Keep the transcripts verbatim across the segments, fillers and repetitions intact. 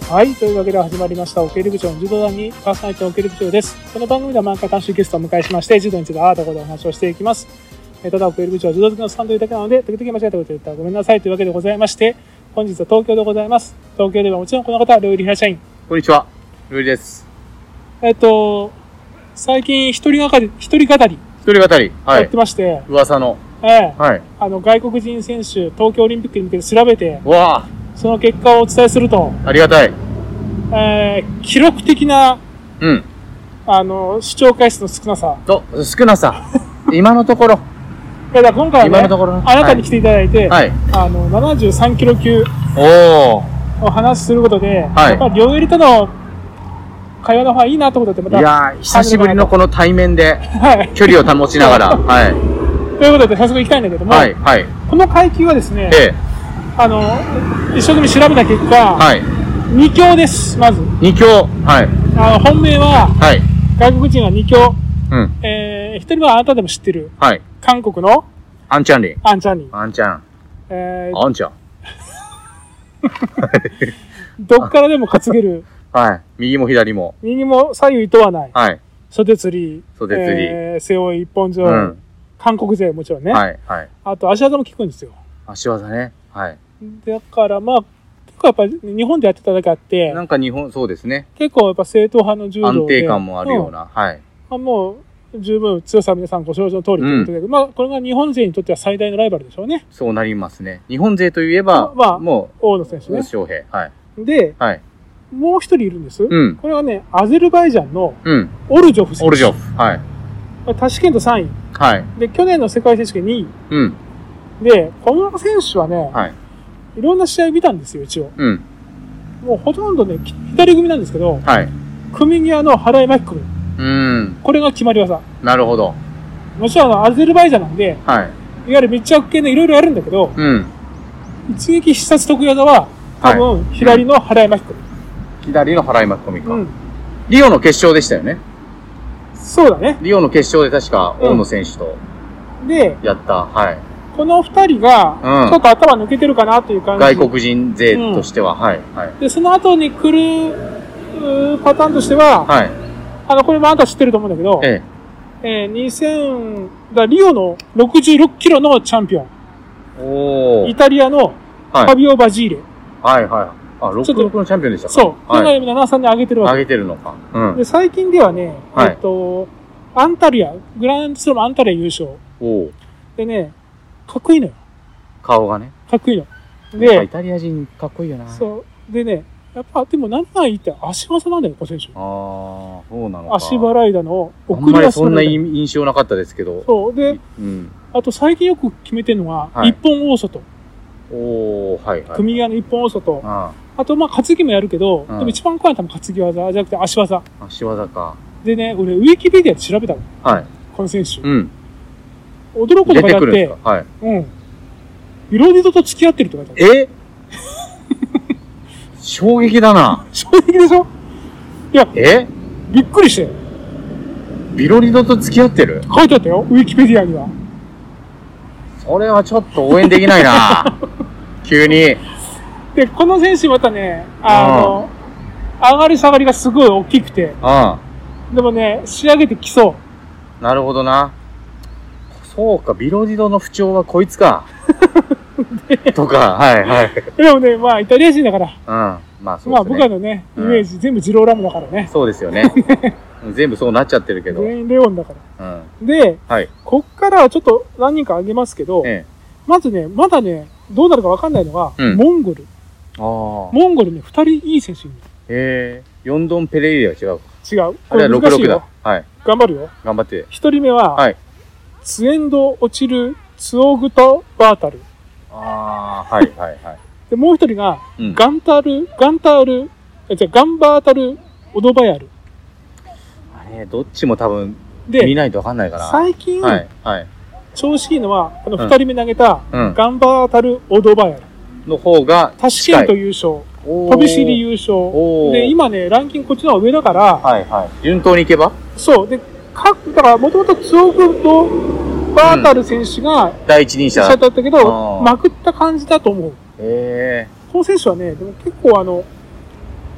はい、というわけで始まりましたオケル部長の柔道団にパーソナリティのオケル部長です。この番組では毎回監修ゲストをお迎えしまして柔道についてああだこうでお話をしていきます。えただオケル部長は柔道好きのスタンドいうだけなので時々間違えたことを言ったらごめんなさいというわけでございまして、本日は東京でございます。東京ではもちろんこの方は料理平社員、 こんにちは、料理です。 えっと最近一人語り一人語り一人語り、はい、 やってまして、 噂の、 ええはい、 あの外国人選手東京オリンピックに向けて調べて、 わあ、 その結果をお伝えすると、 ありがたい。 えー、記録的な、 うん。 あの、視聴回数の少なさ。 と、少なさ。今のところ。 いやだから今回はね、 今のところあなたに来ていただいて、 はい、 あの、ななじゅうさんキロ級おを話することで、 はい、 やっぱり両襟との会話の方がいいなと思ってまた。 いやー、久しぶりのこの対面で、 はい、 距離を保ちながら、はい。 ということで早速行きたいんだけども、 はい、はい。 この階級はですね、 ええ、 あの、一生懸命調べた結果、 はい。 に強です、まず。 に強、はい。 あの、本命は、 はい。 外国人はに強。 うん。 えー、一人はあなたでも知ってる。 はい。 韓国のアンチャンリー。 アンチャンリー。 アンチャン。 えー、 アンチャン。 どっからでも担げる。 はい。右も左も。 右も左右問わない。 はい。 袖釣り。 袖釣り。 えー、背負い一本背負い。うん、韓国勢もちろんね。 はい。はい。 あと足技も効くんですよ。 足技ね。はい。 だからまあ、結構やっぱり日本でやってただけあって。 なんか日本、そうですね。 結構やっぱ正統派の柔道で。 安定感もあるような。うん、はい。 まあ、もう、十分強さは皆さんご承知の通りということで、うん、まあ、これが日本勢にとっては最大のライバルでしょうね。 そうなりますね。日本勢といえば、まあ、もう、 大野選手ね。 翔平。はい。 で、 はい。 もう一人いるんです。 うん。 これはね、アゼルバイジャンの、 うん。 オルジョフ選手。 オルジョフ。はい。 タシケントさんい。 はい。 で、去年の世界選手権にい。 うん。 で、この選手はね、 はい。 いろんな試合見たんですよ、一応。 うん。 もうほとんどね、左組なんですけど、 はい。 組際の払い巻き込み。 うん。 これが決まり技。 なるほど。 もちろんあの、アゼルバイジャンなんで、 はい。 いわゆる密着系のいろいろやるんだけど、 うん。 一撃必殺得意技は、多分、左の払い巻き込み。 左の払い巻き込みか。 うん。 リオの決勝でしたよね。 そうだね。 リオの決勝で確か、大野選手と、 で、 やった。はい。 この二人が、ちょっと頭抜けてるかなという感じ。 外国人勢としては、はい。はい。 で、その後に来る、パターンとしては、 はい。 あの、これもあなた知ってると思うんだけど、ええ。えー、にせん、だリオのろくじゅうろっキロのチャンピオン。 おー。 イタリアのファビオ・バジーレ。 はいはい。あ、ろくじゅうろくのチャンピオンでしたか。 そう。今ななじゅうさんに上げてるわけ。 上げてるのか。うん。 で、最近ではね、えっと、アンタリア、グランドスラムアンタリア優勝。 おでね、かっこいいのよ。 顔がね。 かっこいいの。で、 イタリア人かっこいいよな。 そう。でね、やっぱ、でも何がいいって足技なんだよ、この選手。 ああ、そうなのか。 足払いだの、 送り出すの。あんまりそんな印象なかったですけど。 そう。で、 うん、 あと最近よく決めてるのは、一本大外。 おー、はいはい。 組際の一本大外。 ああと、まあ、担ぎもやるけど、 うん、 でも一番怖いのは担ぎ技じゃなくて足技。 足技か。 でね、俺、ウィキペディアで調べたの。 はい。 この選手。 うん。 驚くことがあって、 はい。 うん。ビロディドと付き合ってるって書いてある。 え衝撃だな。 衝撃でしょ？いや、 えびっくりして。 ビロリドと付き合ってる？ 書いてあったよ、ウィキペディアには。 それはちょっと応援できないな急に。 で、この選手またね、あの、上がり下がりがすごい大きくて。 うん。 でもね、仕上げてきそう。 なるほどな。そうか、ビロディドの不調はこいつか。とか、はいはい。 でもね、まあ、イタリア人だから。 うん。まあそうですね。 まあ、僕らのね、イメージ、うん、全部ジローラムだからね。 そうですよね。全部そうなっちゃってるけど。 全員レオンだから。うん、で、 はい、 こっからはちょっと何人か挙げますけど、ええ、まずね、まだね、どうなるか分かんないのが、うん、モンゴル。あモンゴルね、二人いい選手いる。 へえ。ヨンドン・ペレイリは違う。 違う。 あれはろくろくだ。はい。 頑張るよ。 頑張って。 一人目は、はい。ツエンド・落ちるツオグト・バータル。 ああ、はいはいはい。 で、もう一人が、うん、ガンタール、ガンタール、え、じゃガンバータル・オドバヤル。 あれ、どっちも多分、見ないとわかんないかな。 最近、はい、はい。調子いいのは、あの、二人目投げた、うん、ガンバータル・オドバヤル。 の方が、 タシケント優勝。飛び知り優勝。で、今ね、ランキングこっちの方が上だから、 はいはい。順当にいけばそう。で、か、だから、もともとツオグとバータル選手が、 第一人者だったけど、まくった感じだと思う。 へえ。 この選手はね、でも結構あの、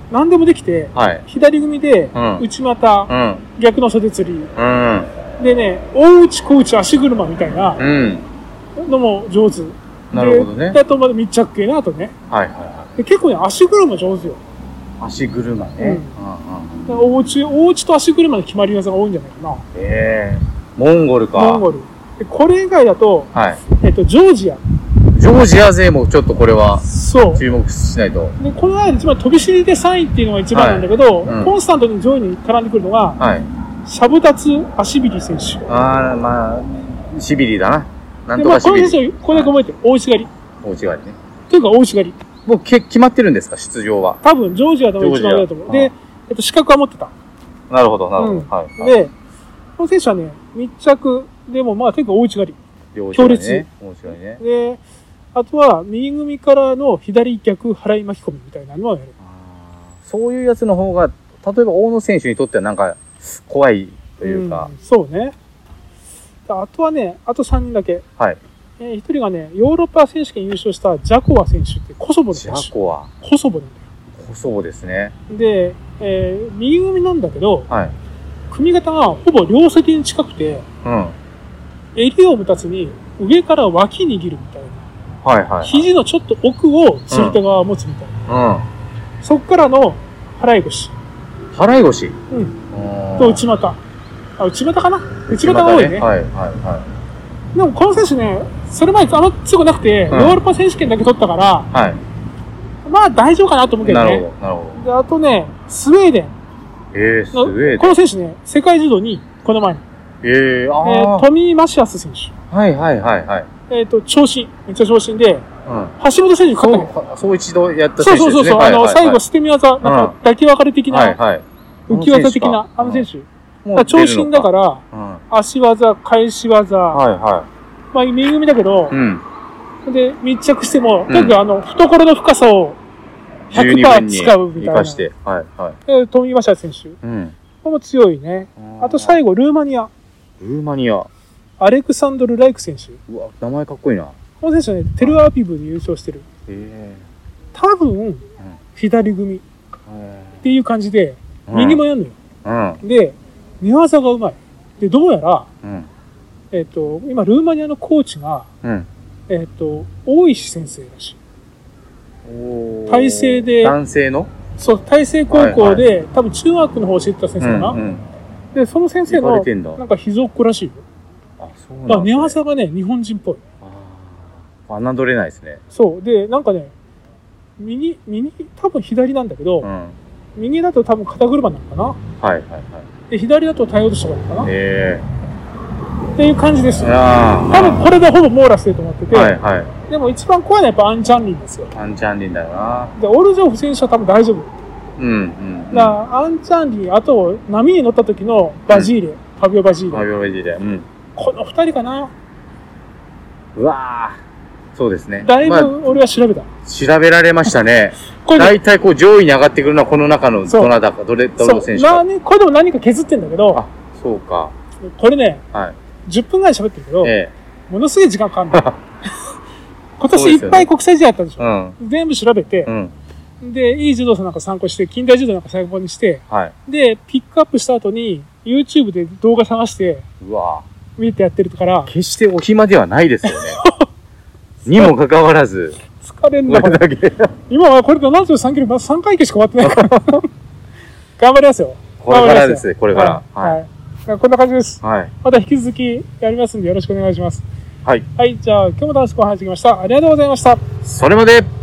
何でもできて、 はい。 左組みでうん内股、 うん。 逆の袖釣り。 うん。 でね、大内小内足車みたいなうん。 のも上手。 なるほどねで、あとまだ密着系な、あとね。 はいはいはで結構ね、足車上手よ。 い。足車ね。うんうんうん。 大内、大内と足車の決まり技が多いんじゃないかな。 ええー。モンゴルか。 モンゴル。でこれ以外だと、 はい。 えっと、ジョージア。 ジョージア勢もちょっとこれはそう。 注目しないと。 で、この間一番飛び知りでさんいっていうのが一番なんだけど、 はいうんコンスタントに上位に絡んでくるのが、 はい。 シャブタツ・アシビリ選手。 ああ、まあ、シビリだな。なんで、まあ、 とかシビリ。 この選手、これだけ覚えてる。大内刈り。 大違いね。 というか、大内刈り。 もうけ決まってるんですか、出場は。 多分、ジョージアでも一番上だと思う。 ジョージアで、えっと、資格は持ってた。 なるほど、なるほど。 うんはい。はい、 で、この選手はね、密着でも、まあ、とにかく大内刈り。 両強烈ね。面白いね。 で、あとは、右組みからの左逆払い巻き込みみたいなのをやる。 あーそういうやつの方が、例えば大野選手にとってはなんか、怖いというか。 うん、そうね。あとはね、あとさんにんだけ。 はい。 えー、ひとりがね、ヨーロッパ選手権優勝したジャコワ選手ってコソボのジ選手。 ャコは、 コソボなんだよ。 コソボですね。 で、えー、右組みなんだけど、 はい。 組み方がほぼ両席に近くて、 うん。 襟を持たずに上から脇握るみたいな。 はいはい。 肘のちょっと奥を釣り手側持つみたいな。 うん。 そっからの払い腰。 払い腰。 うん。と内股。あ、内股かな内股が多いね。 はいはいはでもこの選手ね、それ前あんま強くなくて、 うんヨーロッパ選手権だけ取ったから、 い。はい。 まあ大丈夫かなと思うけどね。 なるほど、なるほど。 で、あとね、スウェーデン。 えー、スウェーデン。 この選手ね、世界柔道に、この前に。 えー、 えーあー。 トミー・マシアス選手。 はいはいはいはい。 えっ、と、長身。めっちゃ長身で、 うん。 橋本選手に勝ったの。 そう、そう一度やったそ選手ですね。 うそうそうそう、あの、 はいはいはい最後捨て身技、なんか抱き別れ的な、 はいはい。 浮き技的な、あの選手。 もだから長身だか。ら、 うん。 足技、返し技、 はいはまあ、右組みだけどい。、うん。 で、密着しても、 んとにかくあの、懐の深さを十二ひゃくパー分にセント使うみたいな。 生かして。はいはい。 えートミー・マシアス選手。 うん。 これも強いね。あと最後、ルーマニア。 ルーマニア。 アレクサンドル・ライク選手。 うわ、名前かっこいいな。 この選手はね、テルアビブで優勝してる。 へ多分、左組みっえ。 ていう感じで、 うん右もやんのよ。 うん。 で、寝技がうまい。で、どうやら、 うん。 えっ、と、今、ルーマニアのコーチが、 うん。 えっ、と、大石先生らしい。 おー体制で男性のそう、大成高校で、多分中学の方を教えてた先生かな。 うんうん。 で、その先生行かのれてんだ、 なんか秘蔵っ子らしいよ。 あ、そうなんだから寝だ、ね。 技がね、日本人っぽい。 あー侮れないですね。 そう。で、なんかね、右、右、多分左なんだけど、 うん。はい右だと多分肩車なのかな。 はいはい。 で、左だと対応としたのかな。 えっていう感じですえー。 よ。 ああ。 多分これでほぼ網羅してると思ってて、 はいはい。 でも一番怖いのはやっぱアンチャンリンですよ。 アンチャンリンだよな。 で、オルジョフ選手は多分大丈夫。 うんうん、うん。 だからアンチャンリン、あと波に乗った時のバジーレ、ファビオ・バジーファビレ。 オレジで。うん。 この二人かな。 うわーそうですね。 だいまあ、 ぶ俺は調べた。 調べられましたね。 これで大体こう上位に上がってくるのはこの中のそうどなたか、どれ、どそうの選手か。 なね、これでも何か削ってんだけどあ、、そうか。 これね、 はい。 じゅっぷんぐらい喋ってるけど、 えものすげえ時間かかんない。今年いそうですよねっぱい国際試合あったでしえ。 ょ。 うん。 全部調べてう、ん。 で、いい柔道さんなんか参考して、近代柔道なんか参考にして、 はい。 で、ピックアップした後に、YouTube で動画探して、 うわ見てやってるから、 決してお暇ではないですよね。にもかかわらず、 疲れんだこれこれ。 だけ。 今はこれでななじゅうさんキロ、まださんかいけしか終わってないから。頑張りますよ。 これからですね、これから。 はい。 ははいい。こんな感じです。 はい。 また引き続きやりますんでよろしくお願いします。 はい。 はい。じゃあ、今日も楽しくお話しできました。ありがとうございました。 それまで